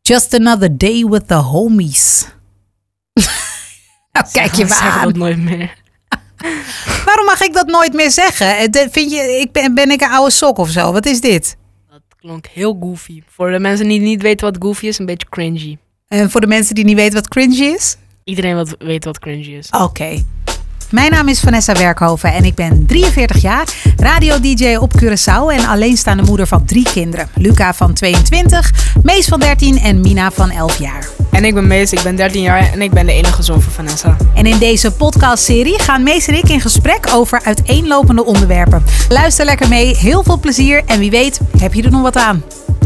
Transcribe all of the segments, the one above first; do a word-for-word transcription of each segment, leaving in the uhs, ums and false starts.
Just another day with the homies. Nou, kijk je me aan. Zeg dat nooit meer. Waarom mag ik dat nooit meer zeggen? Vind je, ik ben, ben ik een oude sok of zo? Wat is dit? Dat klonk heel goofy. Voor de mensen die niet weten wat goofy is, een beetje cringy. En voor de mensen die niet weten wat cringy is? Iedereen wat, weet wat cringy is. Oké. Okay. Mijn naam is Vanessa Werkhoven en ik ben drieënveertig jaar, radio-d j op Curaçao en alleenstaande moeder van drie kinderen. Luca van tweeëntwintig, Mees van dertien en Mina van elf jaar. En ik ben Mees, ik ben dertien jaar en ik ben de enige zoon van Vanessa. En in deze podcastserie gaan Mees en ik in gesprek over uiteenlopende onderwerpen. Luister lekker mee, heel veel plezier en wie weet heb je er nog wat aan.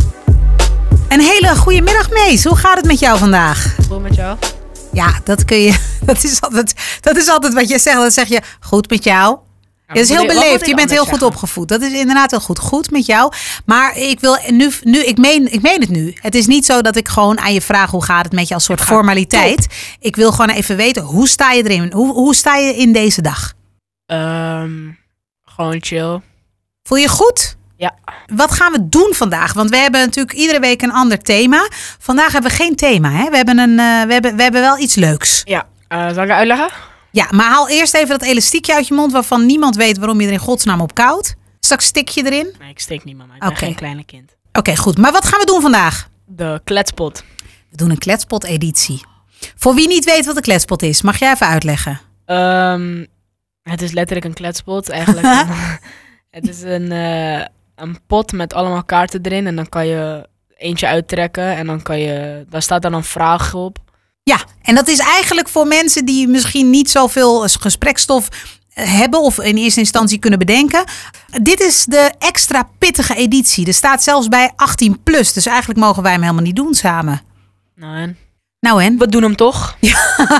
Een hele goede middag Mees, hoe gaat het met jou vandaag? Goed met jou? Ja, dat kun je. Dat is altijd, dat is altijd wat je zegt. Dan zeg je goed met jou. Ja, dat is heel beleefd. Je bent heel goed opgevoed. Dat is inderdaad heel goed. Goed met jou. Maar ik wil nu, nu ik, meen, ik meen het nu. Het is niet zo dat ik gewoon aan je vraag hoe gaat het met je als soort formaliteit. Top. Ik wil gewoon even weten, hoe sta je erin? Hoe, hoe sta je in deze dag? Um, gewoon chill. Voel je goed? Ja. Wat gaan we doen vandaag? Want we hebben natuurlijk iedere week een ander thema. Vandaag hebben we geen thema. Hè? We, hebben een, uh, we, hebben, we hebben wel iets leuks. Ja, uh, zal ik het uitleggen? Ja, maar haal eerst even dat elastiekje uit je mond waarvan niemand weet waarom je er in godsnaam op koudt. Straks stik je erin. Nee, ik stik niet, mama. Ik ben okay. geen kleine kind. Oké, okay, goed. Maar wat gaan we doen vandaag? De kletspot. We doen een kletspot-editie. Voor wie niet weet wat een kletspot is, mag jij even uitleggen? Um, het is letterlijk een kletspot. Eigenlijk een, het is een... Uh, een pot met allemaal kaarten erin. En dan kan je eentje uittrekken. En dan kan je... Daar staat dan een vraag op. Ja, en dat is eigenlijk voor mensen die misschien niet zoveel gesprekstof hebben. Of in eerste instantie kunnen bedenken. Dit is de extra pittige editie. Er staat zelfs bij achttien plus. Dus eigenlijk mogen wij hem helemaal niet doen samen. Nou en? Nou en? We doen hem toch? Ja,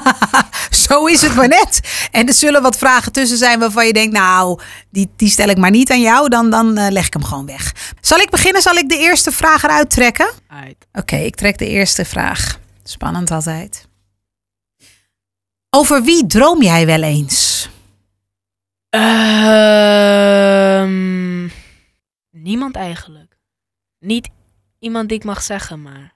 zo is het maar net. En er zullen wat vragen tussen zijn waarvan je denkt, nou, die, die stel ik maar niet aan jou. Dan, dan uh, leg ik hem gewoon weg. Zal ik beginnen? Zal ik de eerste vraag eruit trekken? Oké, okay, ik trek de eerste vraag. Spannend altijd. Over wie droom jij wel eens? Um, niemand eigenlijk. Niet iemand die ik mag zeggen, maar...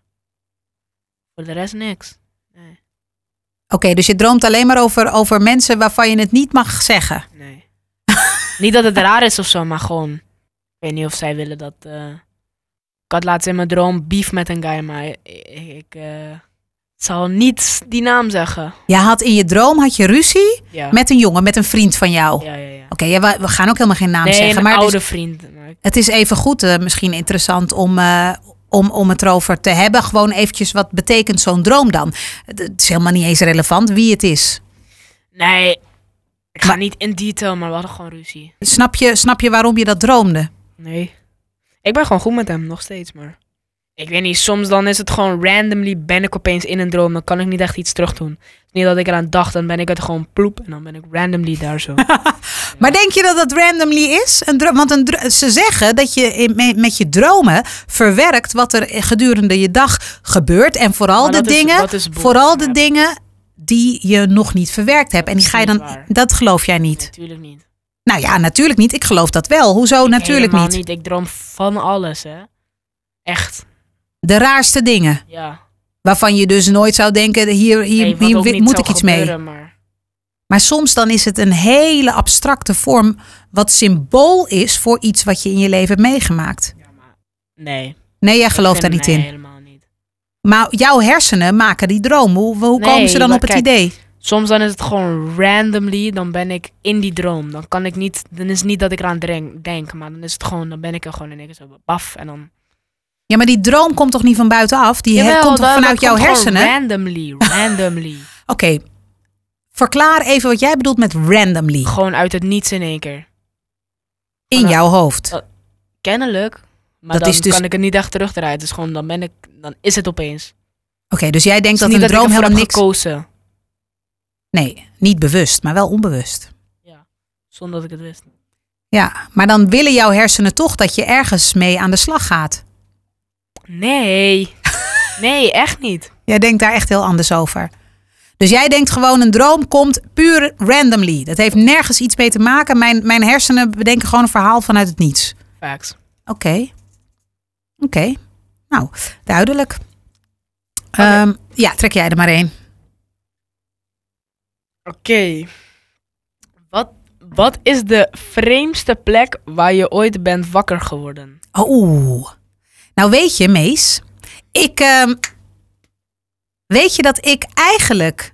Voor de rest niks. Nee. Oké, okay, dus je droomt alleen maar over, over mensen waarvan je het niet mag zeggen? Nee. Niet dat het raar is of zo, maar gewoon... Ik weet niet of zij willen dat... Uh... Ik had laatst in mijn droom beef met een guy, maar ik, ik uh... zal niet die naam zeggen. Je had in je droom had je ruzie ja. met een jongen, met een vriend van jou? Ja, ja, ja. Oké, okay, ja, we, we gaan ook helemaal geen naam nee, zeggen. een maar oude dus, vriend. Maar... Het is even goed, uh, misschien interessant om... Uh, Om, om het erover te hebben. Gewoon eventjes, wat betekent zo'n droom dan? Het is helemaal niet eens relevant wie het is. Nee, ik ga maar, niet in detail, maar we hadden gewoon ruzie. Snap je, snap je waarom je dat droomde? Nee. Ik ben gewoon goed met hem, nog steeds, maar... Ik weet niet, soms dan is het gewoon randomly ben ik opeens in een droom. Dan kan ik niet echt iets terug doen. Niet dat ik eraan dacht, dan ben ik het gewoon ploep. En dan ben ik randomly daar zo. Ja. Maar denk je dat dat randomly is? Een dro- want een dro- ze zeggen dat je in, met je dromen verwerkt wat er gedurende je dag gebeurt. En vooral de, is, dingen, vooral de dingen die je nog niet verwerkt hebt. Dat en die ga je dan. Waar. Dat geloof jij niet? Natuurlijk niet. Nou ja, natuurlijk niet. Ik geloof dat wel. Hoezo ik natuurlijk niet? niet? Ik droom van alles, hè. Echt. De raarste dingen. Ja. Waarvan je dus nooit zou denken, hier, hier, nee, hier moet ik iets gebeuren, mee. Maar... maar soms dan is het een hele abstracte vorm wat symbool is voor iets wat je in je leven hebt meegemaakt. Ja, maar... Nee. Nee, jij gelooft daar niet nee, in? helemaal niet. Maar jouw hersenen maken die droom. Hoe, hoe nee, komen ze dan op het kijk, idee? Soms dan is het gewoon randomly, dan ben ik in die droom. Dan kan ik niet, dan is het niet dat ik eraan denk, denk maar dan is het gewoon, dan ben ik er gewoon in één keer zo baf en dan... Ja, maar die droom komt toch niet van buitenaf? Die Jawel, komt toch dat, vanuit dat jouw komt hersenen? Randomly, randomly. Oké, okay. Verklaar even wat jij bedoelt met randomly. Gewoon uit het niets in één keer. In Van, jouw hoofd? Uh, kennelijk. Maar dat dan is dus... kan ik het niet echt terugdraaien. Dus gewoon, dan ben ik, dan is het opeens. Oké, okay, dus jij denkt dat een een droom helemaal niks... gekozen. Nee, niet bewust, maar wel onbewust. Ja, zonder dat ik het wist. Ja, maar dan willen jouw hersenen toch dat je ergens mee aan de slag gaat. Nee, nee, echt niet. Jij denkt daar echt heel anders over. Dus jij denkt gewoon een droom komt puur randomly. Dat heeft nergens iets mee te maken. Mijn, mijn hersenen bedenken gewoon een verhaal vanuit het niets. Facts. Oké. Okay. Oké. Okay. Nou, duidelijk. Okay. Um, ja, trek jij er maar één. Oké. Okay. Wat, wat is de vreemdste plek waar je ooit bent wakker geworden? Oeh. Nou weet je, Mees. Ik... Uh, weet je dat ik eigenlijk...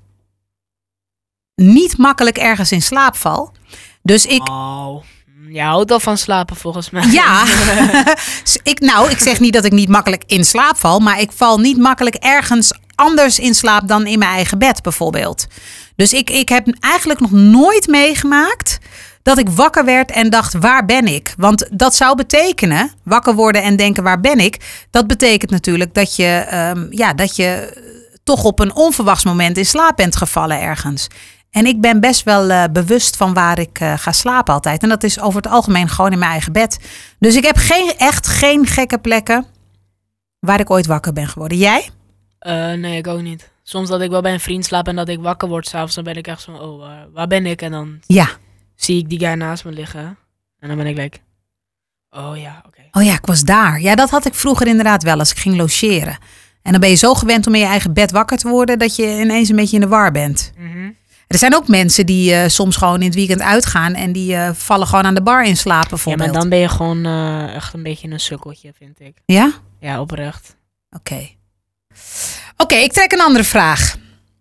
niet makkelijk ergens in slaap val. Dus ik... Oh, je houdt al van slapen volgens mij. Ja. ik, nou, ik zeg niet dat ik niet makkelijk in slaap val. Maar ik val niet makkelijk ergens anders in slaap dan in mijn eigen bed bijvoorbeeld. Dus ik, ik heb eigenlijk nog nooit meegemaakt dat ik wakker werd en dacht, waar ben ik? Want dat zou betekenen, wakker worden en denken, waar ben ik? Dat betekent natuurlijk dat je, um, ja, dat je toch op een onverwachts moment in slaap bent gevallen ergens. En ik ben best wel uh, bewust van waar ik uh, ga slapen altijd. En dat is over het algemeen gewoon in mijn eigen bed. Dus ik heb geen, echt geen gekke plekken waar ik ooit wakker ben geworden. Jij? Uh, nee, ik ook niet. Soms dat ik wel bij een vriend slaap en dat ik wakker word s'avonds, dan ben ik echt zo van, oh, uh, waar ben ik? En dan ja. zie ik die guy naast me liggen. En dan ben ik like, oh ja, oké. Okay. Oh ja, ik was daar. Ja, dat had ik vroeger inderdaad wel als ik ging logeren. En dan ben je zo gewend om in je eigen bed wakker te worden dat je ineens een beetje in de war bent. Mm-hmm. Er zijn ook mensen die uh, soms gewoon in het weekend uitgaan en die uh, vallen gewoon aan de bar in slaap bijvoorbeeld. Ja, maar dan ben je gewoon uh, echt een beetje een sukkeltje, vind ik. Ja? Ja, oprecht. Oké. Okay. Oké, okay, ik trek een andere vraag.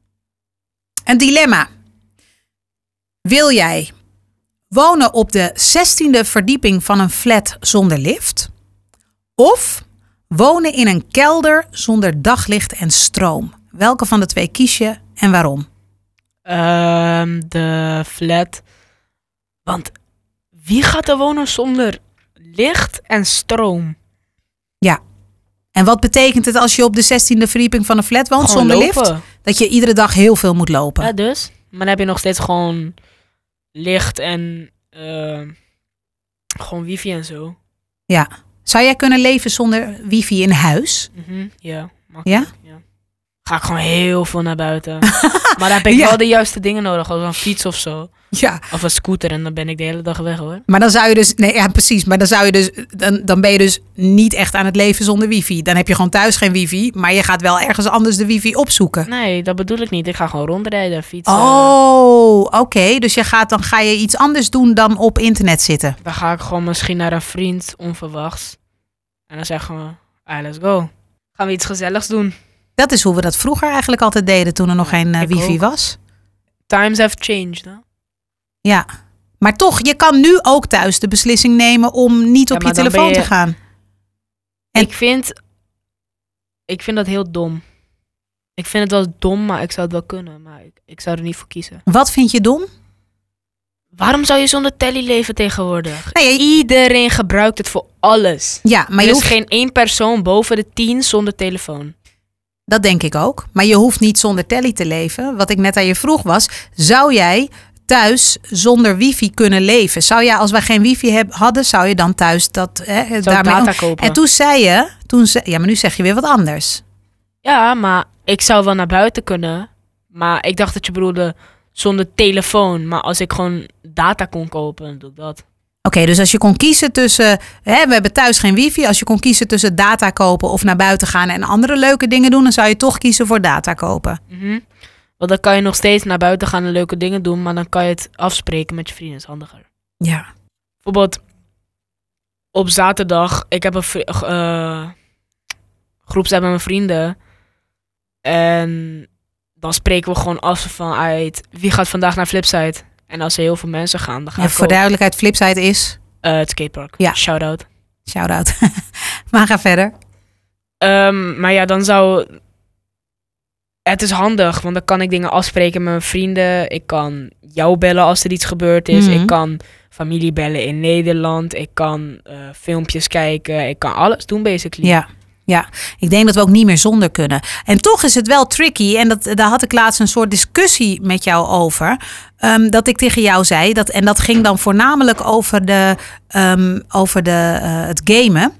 Een dilemma. Wil jij wonen op de zestiende verdieping van een flat zonder lift? Of wonen in een kelder zonder daglicht en stroom? Welke van de twee kies je en waarom? Um, de flat. Want wie gaat er wonen zonder licht en stroom? Ja. En wat betekent het als je op de zestiende verdieping van een flat woont gewoon zonder lopen. lift? Dat je iedere dag heel veel moet lopen. Ja, dus. Maar dan heb je nog steeds gewoon licht en uh, gewoon wifi en zo. Ja. Zou jij kunnen leven zonder wifi in huis? Mm-hmm. Ja. Ja? Ja. Ga ik gewoon heel veel naar buiten. Maar dan heb ik ja. wel de juiste dingen nodig. Als een fiets of zo. Ja. Of een scooter. En dan ben ik de hele dag weg hoor. Maar dan zou je dus... Nee, ja, precies. Maar dan zou je dus... Dan, dan ben je dus niet echt aan het leven zonder wifi. Dan heb je gewoon thuis geen wifi. Maar je gaat wel ergens anders de wifi opzoeken. Nee, dat bedoel ik niet. Ik ga gewoon rondrijden, fietsen. Oh, oké. Okay. Dus je gaat, dan ga je iets anders doen dan op internet zitten. Dan ga ik gewoon misschien naar een vriend, onverwachts. En dan zeggen we... Ah, let's go. Gaan we iets gezelligs doen. Dat is hoe we dat vroeger eigenlijk altijd deden toen er nog geen uh, wifi ook. was. Times have changed, hè? Ja, maar toch, je kan nu ook thuis de beslissing nemen om niet op ja, je telefoon je... te gaan. En... Ik vind, ik vind dat heel dom. Ik vind het wel dom, maar ik zou het wel kunnen. Maar ik, ik zou er niet voor kiezen. Wat vind je dom? Waarom zou je zonder telly leven tegenwoordig? Nee, je... Iedereen gebruikt het voor alles. Ja, maar er je is hoeft... geen één persoon boven de tien zonder telefoon. Dat denk ik ook. Maar je hoeft niet zonder telly te leven. Wat ik net aan je vroeg was, zou jij thuis zonder wifi kunnen leven? Zou jij, als wij geen wifi heb, hadden, zou je dan thuis dat... Hè, zou daarmee data kopen. En toen zei je, toen ze, ja, maar nu zeg je weer wat anders. Ja, maar ik zou wel naar buiten kunnen. Maar ik dacht dat je bedoelde zonder telefoon. Maar als ik gewoon data kon kopen, dan doe ik dat. Oké, okay, dus als je kon kiezen tussen... Hè, we hebben thuis geen wifi. Als je kon kiezen tussen data kopen of naar buiten gaan en andere leuke dingen doen, dan zou je toch kiezen voor data kopen. Mm-hmm. Want dan kan je nog steeds naar buiten gaan en leuke dingen doen, maar dan kan je het afspreken met je vrienden. Dat is handiger. Ja. Bijvoorbeeld op zaterdag, ik heb een vri- uh, groepsapp met mijn vrienden. En dan spreken we gewoon af van uit wie gaat vandaag naar Flipside. En als er heel veel mensen gaan, dan gaan ja, voor duidelijkheid, Flipside is? Uh, het skatepark. Ja. Shout-out. Shout-out. Maar ga verder. Um, maar ja, dan zou... Het is handig, want dan kan ik dingen afspreken met mijn vrienden. Ik kan jou bellen als er iets gebeurd is. Mm-hmm. Ik kan familie bellen in Nederland. Ik kan uh, filmpjes kijken. Ik kan alles doen, basically. Ja. Ja, ik denk dat we ook niet meer zonder kunnen. En toch is het wel tricky. En dat, daar had ik laatst een soort discussie met jou over. Um, dat ik tegen jou zei. Dat, en dat ging dan voornamelijk over, de, um, over de, uh, het gamen.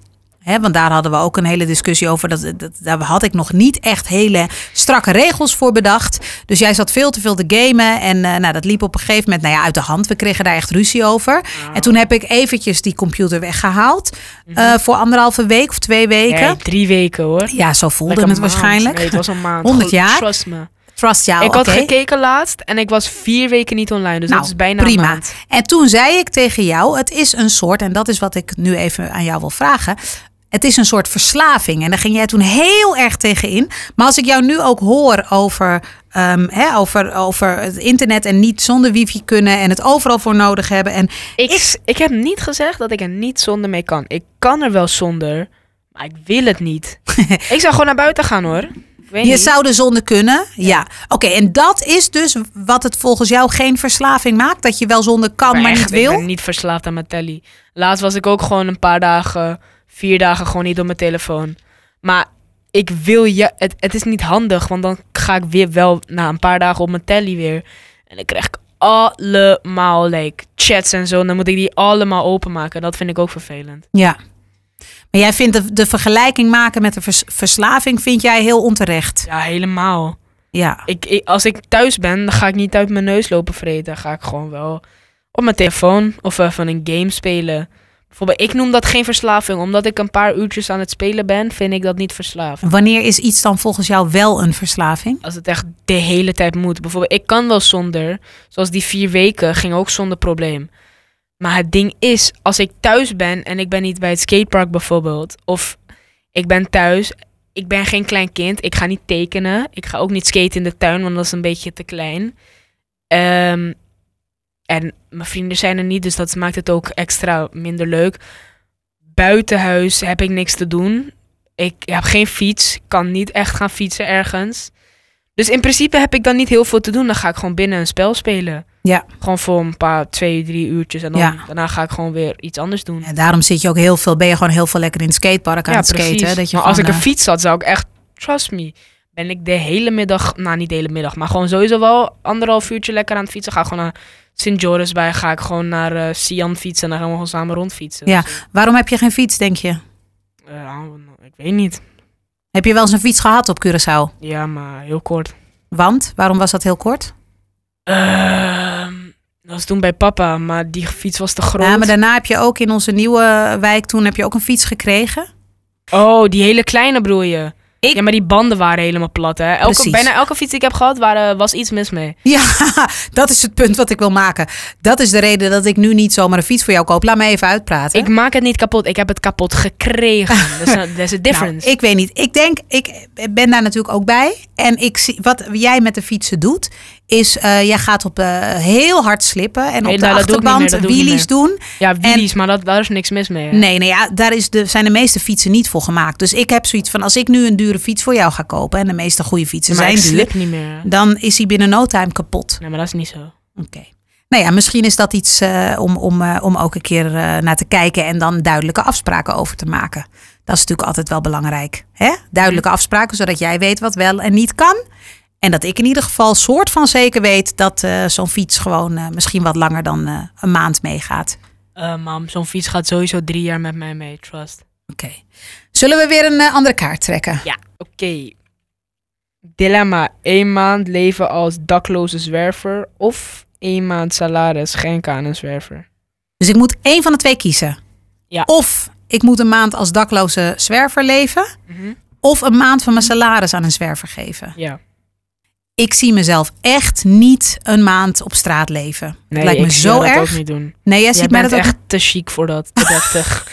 Hè, want daar hadden we ook een hele discussie over. Dat, dat, daar had ik nog niet echt hele strakke regels voor bedacht. Dus jij zat veel te veel te gamen. En uh, nou, dat liep op een gegeven moment nou ja, uit de hand. We kregen daar echt ruzie over. Oh. En toen heb ik eventjes die computer weggehaald. Mm-hmm. Uh, voor anderhalve week of twee weken. Nee, drie weken hoor. Ja, zo voelde het waarschijnlijk. Nee, het was een maand. honderd jaar. Trust me. Trust jou, ik had okay. gekeken laatst en ik was vier weken niet online. Dus nou, dat is bijna prima. een maand. En toen zei ik tegen jou, het is een soort, en dat is wat ik nu even aan jou wil vragen. Het is een soort verslaving. En daar ging jij toen heel erg tegen in. Maar als ik jou nu ook hoor over, um, hè, over, over het internet en niet zonder wifi kunnen en het overal voor nodig hebben. En ik, ik... ik heb niet gezegd dat ik er niet zonder mee kan. Ik kan er wel zonder, maar ik wil het niet. Ik zou gewoon naar buiten gaan hoor. Je niet. zou er zonder kunnen, ja. ja. Oké, okay, en dat is dus wat het volgens jou geen verslaving maakt? Dat je wel zonder kan, maar, maar echt, niet wil? Ik ben niet verslaafd aan mijn telly. Laatst was ik ook gewoon een paar dagen, vier dagen gewoon niet op mijn telefoon. Maar ik wil je, het, het is niet handig, want dan ga ik weer wel na een paar dagen op mijn telly weer. En dan krijg ik allemaal like, chats en zo. En dan moet ik die allemaal openmaken. Dat vind ik ook vervelend. Ja. Maar jij vindt de, de vergelijking maken met de vers, verslaving vind jij heel onterecht. Ja, helemaal. Ja. Ik, ik, als ik thuis ben, dan ga ik niet uit mijn neus lopen vreten. Dan ga ik gewoon wel op mijn telefoon of even een game spelen. Bijvoorbeeld, ik noem dat geen verslaving. Omdat ik een paar uurtjes aan het spelen ben, vind ik dat niet verslaving. Wanneer is iets dan volgens jou wel een verslaving? Als het echt de hele tijd moet. Bijvoorbeeld, ik kan wel zonder. Zoals die vier weken ging ook zonder probleem. Maar het ding is, als ik thuis ben en ik ben niet bij het skatepark bijvoorbeeld. Of ik ben thuis, ik ben geen klein kind. Ik ga niet tekenen. Ik ga ook niet skaten in de tuin, want dat is een beetje te klein. Um, en mijn vrienden zijn er niet, dus dat maakt het ook extra minder leuk. Buitenhuis heb ik niks te doen. Ik heb geen fiets. Ik kan niet echt gaan fietsen ergens. Dus in principe heb ik dan niet heel veel te doen. Dan ga ik gewoon binnen een spel spelen. Ja. Gewoon voor een paar, twee, drie uurtjes. En dan, ja. daarna ga ik gewoon weer iets anders doen. En daarom zit je ook heel veel, ben je gewoon heel veel lekker in het skatepark aan ja, het skaten. Precies. Dat je maar gewoon, als ik een uh... fiets had, zou ik echt, trust me, ben ik de hele middag, nou niet de hele middag, maar gewoon sowieso wel anderhalf uurtje lekker aan het fietsen. Ga ik gewoon naar Sint Joris bij, ga ik gewoon naar uh, Sian fietsen en dan gaan we gewoon samen rondfietsen. Ja, dus, waarom heb je geen fiets, denk je? Uh, ik weet niet. Heb je wel eens een fiets gehad op Curaçao? Ja, maar heel kort. Want? Waarom was dat heel kort? Uh, dat was toen bij papa, maar die fiets was te groot. Ja, maar daarna heb je ook in onze nieuwe wijk, toen heb je ook een fiets gekregen. Oh, die hele kleine bedoel je? Ik... Ja, maar die banden waren helemaal plat, hè? Elke, bijna elke fiets die ik heb gehad, waren, was iets mis mee. Ja, dat is het punt wat ik wil maken. Dat is de reden dat ik nu niet zomaar een fiets voor jou koop. Laat me even uitpraten. Ik maak het niet kapot. Ik heb het kapot gekregen. Dat is een difference. Nou, ik weet niet. Ik denk, ik ben daar natuurlijk ook bij. En ik zie, wat jij met de fietsen doet, is uh, jij gaat op uh, heel hard slippen. En nee, op de nou, achterband wheelies doen. Ja, wheelies, en, maar dat, daar is niks mis mee. Hè? Nee, nee ja, daar is de, zijn de meeste fietsen niet voor gemaakt. Dus ik heb zoiets van, als ik nu een dure fiets voor jou ga kopen, en de meeste goede fietsen maar zijn ik duur, slip niet meer. Dan is hij binnen no time kapot. Nee, maar dat is niet zo. Oké. Okay. Nou ja, misschien is dat iets uh, om, om, uh, om ook een keer uh, naar te kijken en dan duidelijke afspraken over te maken. Dat is natuurlijk altijd wel belangrijk. Hè? Duidelijke mm. afspraken, zodat jij weet wat wel en niet kan. En dat ik in ieder geval soort van zeker weet dat uh, zo'n fiets gewoon uh, misschien wat langer dan uh, een maand meegaat. Uh, mam, zo'n fiets gaat sowieso drie jaar met mij mee, trust. Oké. Okay. Zullen we weer een uh, andere kaart trekken? Ja, oké. Okay. Dilemma, één maand leven als dakloze zwerver of één maand salaris schenken aan een zwerver. Dus ik moet één van de twee kiezen. Ja. Of ik moet een maand als dakloze zwerver leven. Mm-hmm. Of een maand van mijn salaris aan een zwerver geven. Ja. Ik zie mezelf echt niet een maand op straat leven. Nee, het lijkt me ik zo dat erg. Ook niet doen. Nee, jij ziet mij dat echt ook... te chic voor dat. Te deftig.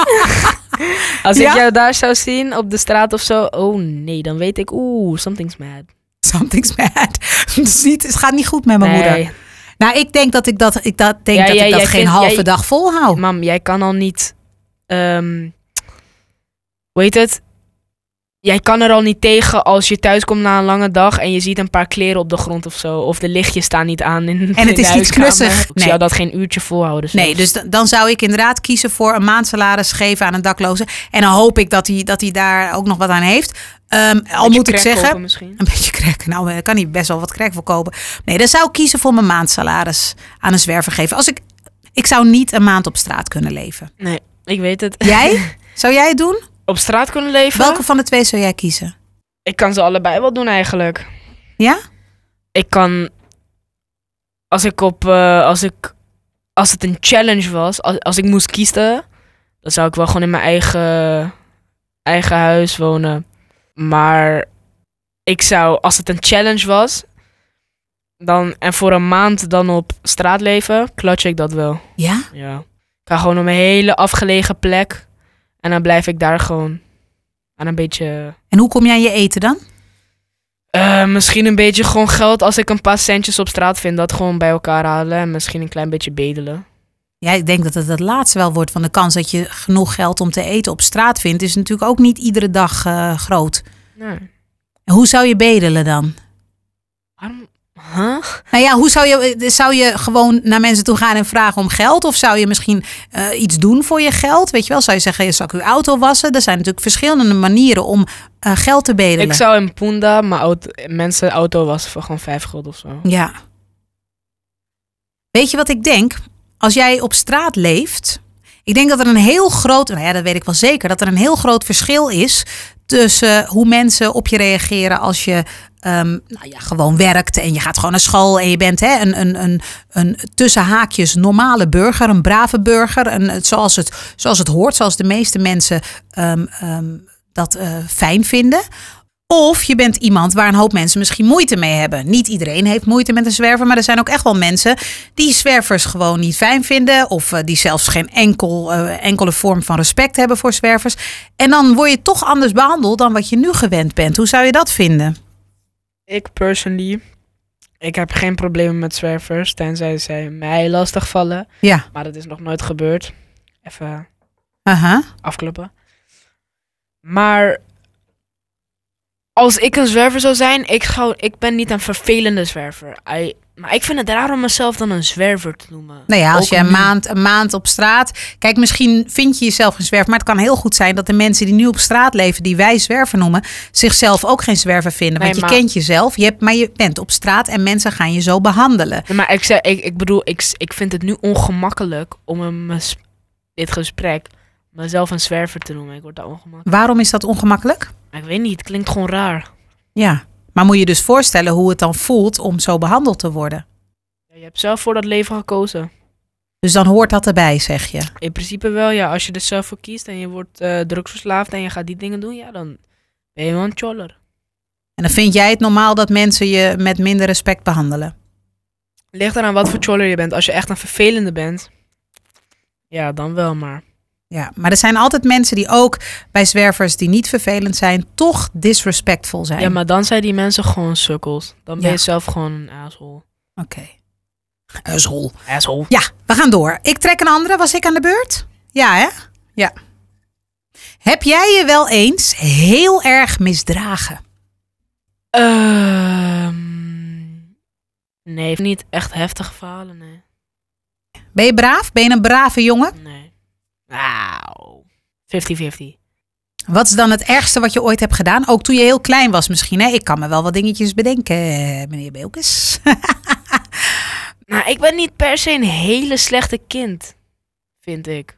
Als ik ja? jou daar zou zien op de straat of zo. Oh nee, dan weet ik. Oeh, something's mad. Something's mad. het, is niet, het gaat niet goed met mijn nee. moeder. Nou, ik denk dat ik dat, ik dat, denk ja, dat, ja, ik dat geen vindt, halve jij, dag volhoud. Mam, jij kan al niet... Um, hoe heet het? Jij kan er al niet tegen als je thuis komt na een lange dag en je ziet een paar kleren op de grond of zo. Of de lichtjes staan niet aan in, in en het de is niet knussig. Ik nee. zou dat geen uurtje volhouden. Zelfs. Nee, dus d- dan zou ik inderdaad kiezen voor een maand salaris geven aan een dakloze. En dan hoop ik dat hij, dat hij daar ook nog wat aan heeft. Um, al moet ik zeggen, misschien. een beetje crack. Nou, ik kan hier best wel wat crack voor kopen. Nee, dan zou ik kiezen voor mijn maandsalaris aan een zwerver geven. Als ik, ik zou niet een maand op straat kunnen leven. Nee, ik weet het. Jij? Zou jij het doen? Op straat kunnen leven? Welke van de twee zou jij kiezen? Ik kan ze allebei wel doen eigenlijk. Ja? Ik kan... Als ik op... Uh, als ik... Als het een challenge was, als, als ik moest kiezen, dan zou ik wel gewoon in mijn eigen, eigen huis wonen. Maar ik zou, als het een challenge was, dan, en voor een maand dan op straat leven, clutch ik dat wel. Ja? Ja. Ik ga gewoon op een hele afgelegen plek en dan blijf ik daar gewoon aan een beetje... En hoe kom jij aan je eten dan? Uh, misschien een beetje gewoon geld als ik een paar centjes op straat vind. Dat gewoon bij elkaar halen en misschien een klein beetje bedelen. Ja, ik denk dat het het laatste wel wordt. Van de kans dat je genoeg geld om te eten op straat vindt... is natuurlijk ook niet iedere dag uh, groot. Nee. En hoe zou je bedelen dan? Waarom? Huh? Nou ja, hoe zou je, zou je gewoon naar mensen toe gaan en vragen om geld? Of zou je misschien uh, iets doen voor je geld? Weet je wel, zou je zeggen, zou ik uw auto wassen? Er zijn natuurlijk verschillende manieren om uh, geld te bedelen. Ik zou in Punda mijn auto, mensen auto wassen voor gewoon vijf gulden of zo. Ja. Weet je wat ik denk? Als jij op straat leeft... Ik denk dat er een heel groot... Nou ja, dat weet ik wel zeker. Dat er een heel groot verschil is tussen hoe mensen op je reageren als je um, nou ja, gewoon werkt en je gaat gewoon naar school en je bent hè, een, een, een, een tussen haakjes normale burger, een brave burger, een, zoals, het, zoals het hoort, zoals de meeste mensen um, um, dat uh, fijn vinden. Of je bent iemand waar een hoop mensen misschien moeite mee hebben. Niet iedereen heeft moeite met een zwerver, maar er zijn ook echt wel mensen die zwervers gewoon niet fijn vinden. Of uh, die zelfs geen enkel, uh, enkele vorm van respect hebben voor zwervers. En dan word je toch anders behandeld dan wat je nu gewend bent. Hoe zou je dat vinden? Ik personally, ik heb geen problemen met zwervers, tenzij zij mij lastigvallen. Ja. Maar dat is nog nooit gebeurd. Even uh-huh. afkloppen. Maar... Als ik een zwerver zou zijn, ik, gauw, ik ben niet een vervelende zwerver. I, maar ik vind het raar om mezelf dan een zwerver te noemen. Nou ja, als Ook je een nu. maand, een maand op straat... Kijk, misschien vind je jezelf een zwerver... maar het kan heel goed zijn dat de mensen die nu op straat leven... die wij zwerver noemen, zichzelf ook geen zwerver vinden. Want Nee, je maar, kent jezelf, je hebt, maar je bent op straat... en mensen gaan je zo behandelen. Maar ik, zeg, ik, ik bedoel, ik, ik vind het nu ongemakkelijk om in dit gesprek... mezelf een zwerver te noemen. Ik word daar ongemakkelijk. Waarom is dat ongemakkelijk? Ik weet niet, het klinkt gewoon raar. Ja, maar moet je dus voorstellen hoe het dan voelt om zo behandeld te worden. Ja, je hebt zelf voor dat leven gekozen. Dus dan hoort dat erbij, zeg je? In principe wel, ja. Als je er zelf voor kiest en je wordt uh, drugsverslaafd en je gaat die dingen doen, ja, dan ben je wel een choller. En dan vind jij het normaal dat mensen je met minder respect behandelen? Ligt eraan wat voor choller je bent. Als je echt een vervelende bent, ja, dan wel, maar... Ja, maar er zijn altijd mensen die ook bij zwervers die niet vervelend zijn, toch disrespectful zijn. Ja, maar dan zijn die mensen gewoon sukkels. Dan ben ja. je zelf gewoon een asshole. Oké. Okay. Asshole. Asshole. Ja, we gaan door. Ik trek een andere. Was ik aan de beurt? Ja, hè? Ja. Heb jij je wel eens heel erg misdragen? Um, nee, niet echt heftige verhalen, nee. Ben je braaf? Ben je een brave jongen? Nee. Nou, vijftig vijftig. Wat is dan het ergste wat je ooit hebt gedaan? Ook toen je heel klein was misschien, hè? Ik kan me wel wat dingetjes bedenken, meneer Beelkes. Nou, ik ben niet per se een hele slechte kind, vind ik.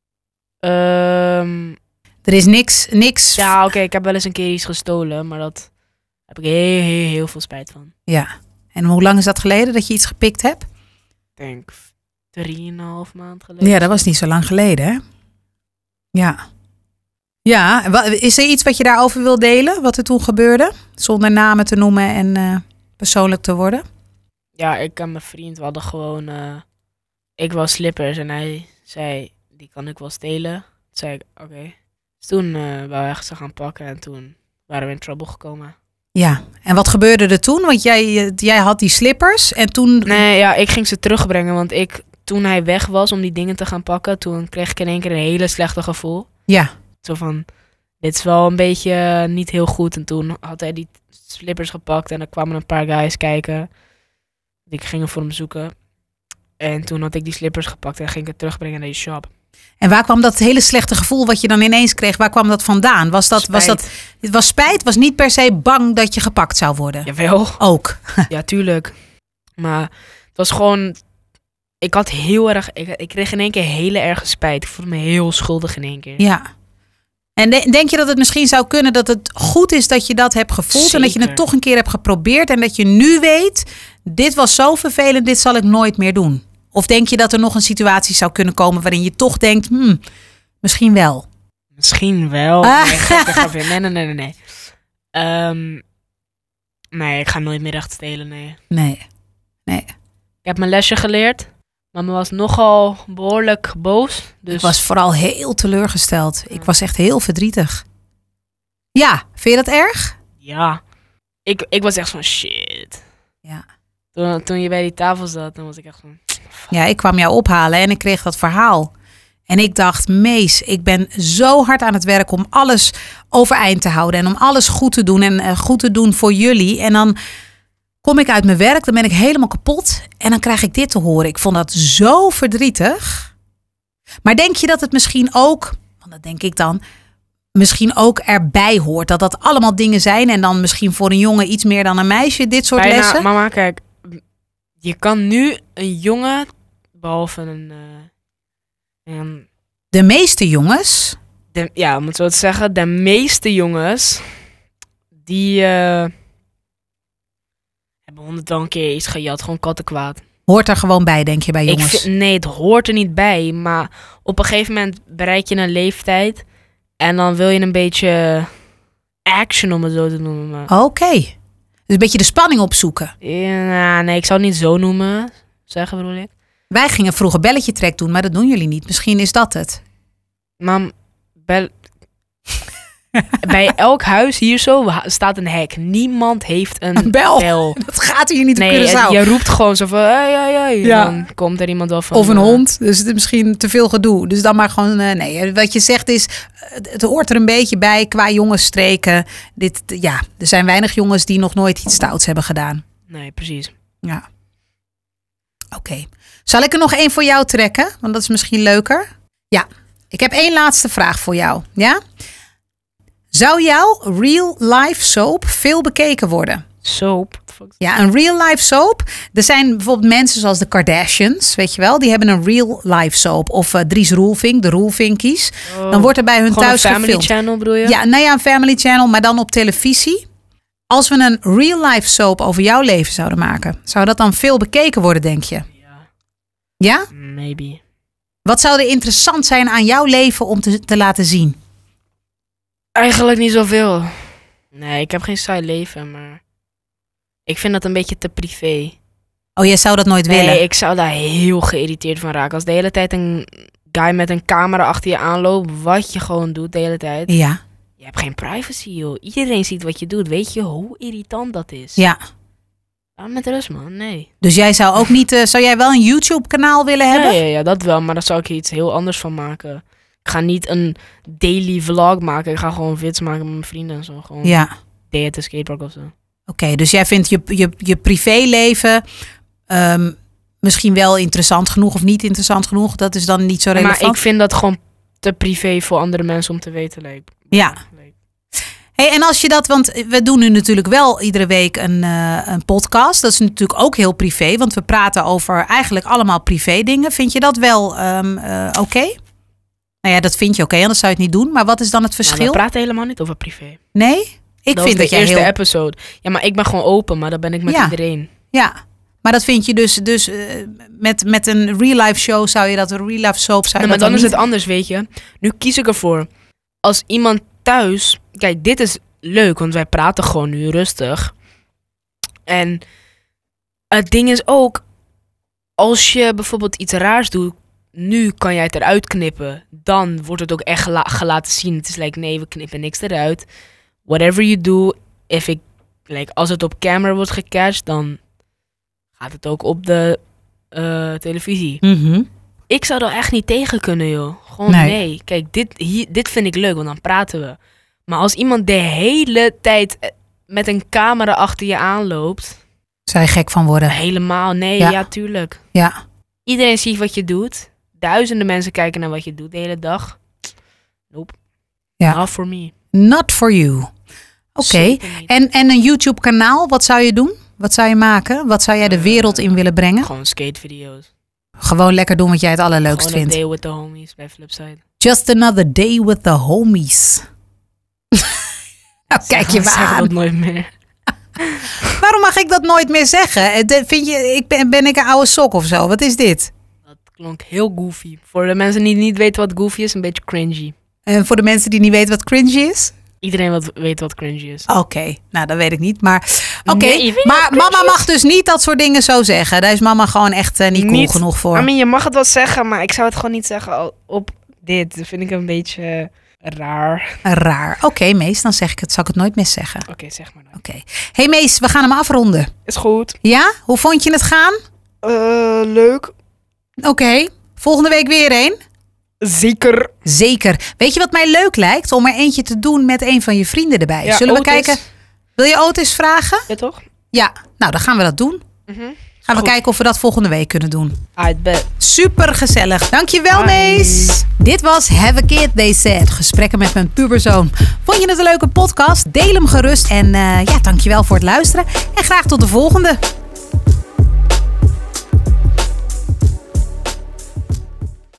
Um, er is niks, niks... Ja, oké, okay, ik heb wel eens een keer iets gestolen, maar dat heb ik heel, heel, heel veel spijt van. Ja, en hoe lang is dat geleden dat je iets gepikt hebt? Ik denk drieënhalf maand geleden. Ja, dat was niet zo lang geleden, hè? Ja. Ja, is er iets wat je daarover wil delen? Wat er toen gebeurde? Zonder namen te noemen en uh, persoonlijk te worden? Ja, ik en mijn vriend, we hadden gewoon... Uh, ik wou slippers en hij zei, die kan ik wel stelen. Toen zei ik, oké. Okay. Dus toen uh, wou hij ze gaan pakken en toen waren we in trouble gekomen. Ja, en wat gebeurde er toen? Want jij, jij had die slippers en toen... Nee, ja, ik ging ze terugbrengen, want ik... Toen hij weg was om die dingen te gaan pakken, toen kreeg ik in één keer een hele slechte gevoel. Ja. Zo van, dit is wel een beetje niet heel goed. En toen had hij die slippers gepakt en er kwamen een paar guys kijken. Die gingen voor hem zoeken. En toen had ik die slippers gepakt en ging ik het terugbrengen naar die shop. En waar kwam dat hele slechte gevoel wat je dan ineens kreeg, waar kwam dat vandaan? Was dat, was dat, het was spijt, was niet per se bang dat je gepakt zou worden? Jawel. Ook. Ja, tuurlijk. Maar het was gewoon... Ik had heel erg... Ik, ik kreeg in één keer hele erge spijt. Ik voelde me heel schuldig in één keer. Ja. En de, denk je dat het misschien zou kunnen dat het goed is dat je dat hebt gevoeld... Zeker. En dat je het toch een keer hebt geprobeerd... en dat je nu weet, dit was zo vervelend, dit zal ik nooit meer doen? Of denk je dat er nog een situatie zou kunnen komen... waarin je toch denkt, hmm, misschien wel? Misschien wel. Ah. Nee, grapje, grapje. nee, nee, nee, nee. Nee. Um, nee, ik ga nooit meer recht stelen, nee. Nee, nee. Ik heb mijn lesje geleerd. Mama was nogal behoorlijk boos. Dus... Ik was vooral heel teleurgesteld. Ik was echt heel verdrietig. Ja, vind je dat erg? Ja. Ik, ik was echt van shit. Ja. Toen, toen je bij die tafel zat, dan was ik echt van... Ja, ik kwam jou ophalen en ik kreeg dat verhaal. En ik dacht, Mees, ik ben zo hard aan het werk om alles overeind te houden. En om alles goed te doen en uh, goed te doen voor jullie. En dan kom ik uit mijn werk, dan ben ik helemaal kapot. En dan krijg ik dit te horen. Ik vond dat zo verdrietig. Maar denk je dat het misschien ook, want dat denk ik dan... misschien ook erbij hoort. Dat dat allemaal dingen zijn. En dan misschien voor een jongen iets meer dan een meisje. Dit soort Bijna, lessen. Mama, kijk. Je kan nu een jongen, behalve een... Uh, een de meeste jongens... De, ja, om het zo te zeggen. De meeste jongens... Die... Uh, hebben honderd wel een keer iets gejat. Gewoon kattenkwaad. Hoort er gewoon bij, denk je, bij jongens? Ik vind, nee, het hoort er niet bij. Maar op een gegeven moment bereik je een leeftijd... En dan wil je een beetje action, om het zo te noemen. Oké. Okay. Dus een beetje de spanning opzoeken. Ja, nee, ik zou het niet zo noemen. Zeggen, bedoel ik. Wij gingen vroeger belletje trek doen, maar dat doen jullie niet. Misschien is dat het. Mam, bel... Bij elk huis hier zo staat een hek. Niemand heeft een, een bel. bel. Dat gaat hier niet op nee, Curaçao. Je roept gewoon zo van... Hey, hey, hey. Ja. Dan komt er iemand wel van... Of een uh, hond. Dus het is misschien te veel gedoe. Dus dan maar gewoon... Uh, nee, wat je zegt is... Het hoort er een beetje bij qua jongensstreken. Dit, ja, er zijn weinig jongens die nog nooit iets stouts hebben gedaan. Nee, precies. Ja. Oké. Okay. Zal ik er nog één voor jou trekken? Want dat is misschien leuker. Ja. Ik heb één laatste vraag voor jou. Ja? Zou jouw real life soap veel bekeken worden? Soap? Ja, een real life soap. Er zijn bijvoorbeeld mensen zoals de Kardashians, weet je wel. Die hebben een real life soap. Of uh, Dries Roelvink, de Roelvinkies. Oh, dan wordt er bij hun gewoon thuis een family gefilmd. Channel bedoel je? Ja, nou ja, een family channel, maar dan op televisie. Als we een real life soap over jouw leven zouden maken, zou dat dan veel bekeken worden, denk je? Ja. Ja? Maybe. Wat zou er interessant zijn aan jouw leven om te, te laten zien? Eigenlijk niet zoveel. Nee, ik heb geen saai leven, maar... Ik vind dat een beetje te privé. Oh, jij zou dat nooit nee, willen? Nee, ik zou daar heel geïrriteerd van raken. Als de hele tijd een guy met een camera achter je aanloopt, wat je gewoon doet de hele tijd. Ja. Je hebt geen privacy, joh. Iedereen ziet wat je doet. Weet je hoe irritant dat is? Ja. Ah, met rust, man. Nee. Dus jij zou ook niet... Uh, zou jij wel een YouTube-kanaal willen hebben? Ja, ja, ja, dat wel. Maar daar zou ik iets heel anders van maken. Ik ga niet een daily vlog maken. Ik ga gewoon vids maken met mijn vrienden en zo. Gewoon ja. day at the skatepark of zo. Oké, okay, dus jij vindt je, je, je privéleven um, misschien wel interessant genoeg of niet interessant genoeg. Dat is dan niet zo relevant. Maar ik vind dat gewoon te privé voor andere mensen om te weten. Like. Ja. Hey, en als je dat, want we doen nu natuurlijk wel iedere week een, uh, een podcast. Dat is natuurlijk ook heel privé, want we praten over eigenlijk allemaal privé dingen. Vind je dat wel um, uh, oké? Okay? Nou ja, dat vind je oké, okay, anders zou je het niet doen. Maar wat is dan het verschil? Nou, we praten helemaal niet over privé. Nee? Ik dat vind dat de jij eerste heel... episode. Ja, maar ik ben gewoon open, maar dat ben ik met ja. iedereen. Ja, maar dat vind je dus, dus uh, met, met een real life show zou je dat, een real life soap zou je nee, dat maar dan, dan is niet... het anders, weet je. Nu kies ik ervoor. Als iemand thuis... Kijk, dit is leuk, want wij praten gewoon nu rustig. En het ding is ook... Als je bijvoorbeeld iets raars doet... Nu kan jij het eruit knippen. Dan wordt het ook echt gela- gelaten zien. Het is like, nee, we knippen niks eruit. Whatever you do, if ik, like, als het op camera wordt gecatcht, dan gaat het ook op de uh, televisie. Mm-hmm. Ik zou er echt niet tegen kunnen, joh. Gewoon nee. nee. Kijk, dit, hier, dit vind ik leuk, want dan praten we. Maar als iemand de hele tijd met een camera achter je aanloopt... Zou je gek van worden? Helemaal, nee, ja, ja tuurlijk. Ja. Iedereen ziet wat je doet. Duizenden mensen kijken naar wat je doet de hele dag. Nope. Ja. Not for me. Not for you. Oké. Okay. En, en een YouTube kanaal, wat zou je doen? Wat zou je maken? Wat zou jij de wereld in willen brengen? Gewoon skatevideo's. Gewoon lekker doen wat jij het allerleukst Gewoon vindt. Gewoon een day with the homies bij Flipside. Just another day with the homies. Nou, kijk je maar aan. Zeg dat nooit meer. Waarom mag ik dat nooit meer zeggen? Vind je, ik ben, ben ik een oude sok of zo? Wat is dit? Dat klonk heel goofy. Voor de mensen die niet weten wat goofy is, een beetje cringy. En voor de mensen die niet weten wat cringy is? Iedereen wat, weet wat cringy is. Oké, okay. Nou dat weet ik niet. Maar oké, okay. nee, maar mama mag dus niet dat soort dingen zo zeggen. Daar is mama gewoon echt uh, niet cool niet, genoeg voor. I mean, je mag het wel zeggen, maar ik zou het gewoon niet zeggen op dit. Dat vind ik een beetje raar. Raar. Oké, okay, Mees, dan zeg ik het. Zal ik het nooit meer zeggen. Oké, okay, zeg maar dan. Oké. Okay. Hey Mees, we gaan hem afronden. Is goed. Ja? Hoe vond je het gaan? Uh, leuk. Oké. Okay. Volgende week weer een? Zeker. Zeker. Weet je wat mij leuk lijkt? Om er eentje te doen met een van je vrienden erbij. Ja, Zullen we Otis. kijken? Wil je Otis vragen? Ja, toch? Ja. Nou, dan gaan we dat doen. Mm-hmm. Gaan we Goed. kijken of we dat volgende week kunnen doen. I bet. Super gezellig. Dankjewel, Mees. Dit was Have a Kid, They Said. Gesprekken met mijn puberzoon. Vond je het een leuke podcast? Deel hem gerust. En uh, ja, dankjewel voor het luisteren. En graag tot de volgende.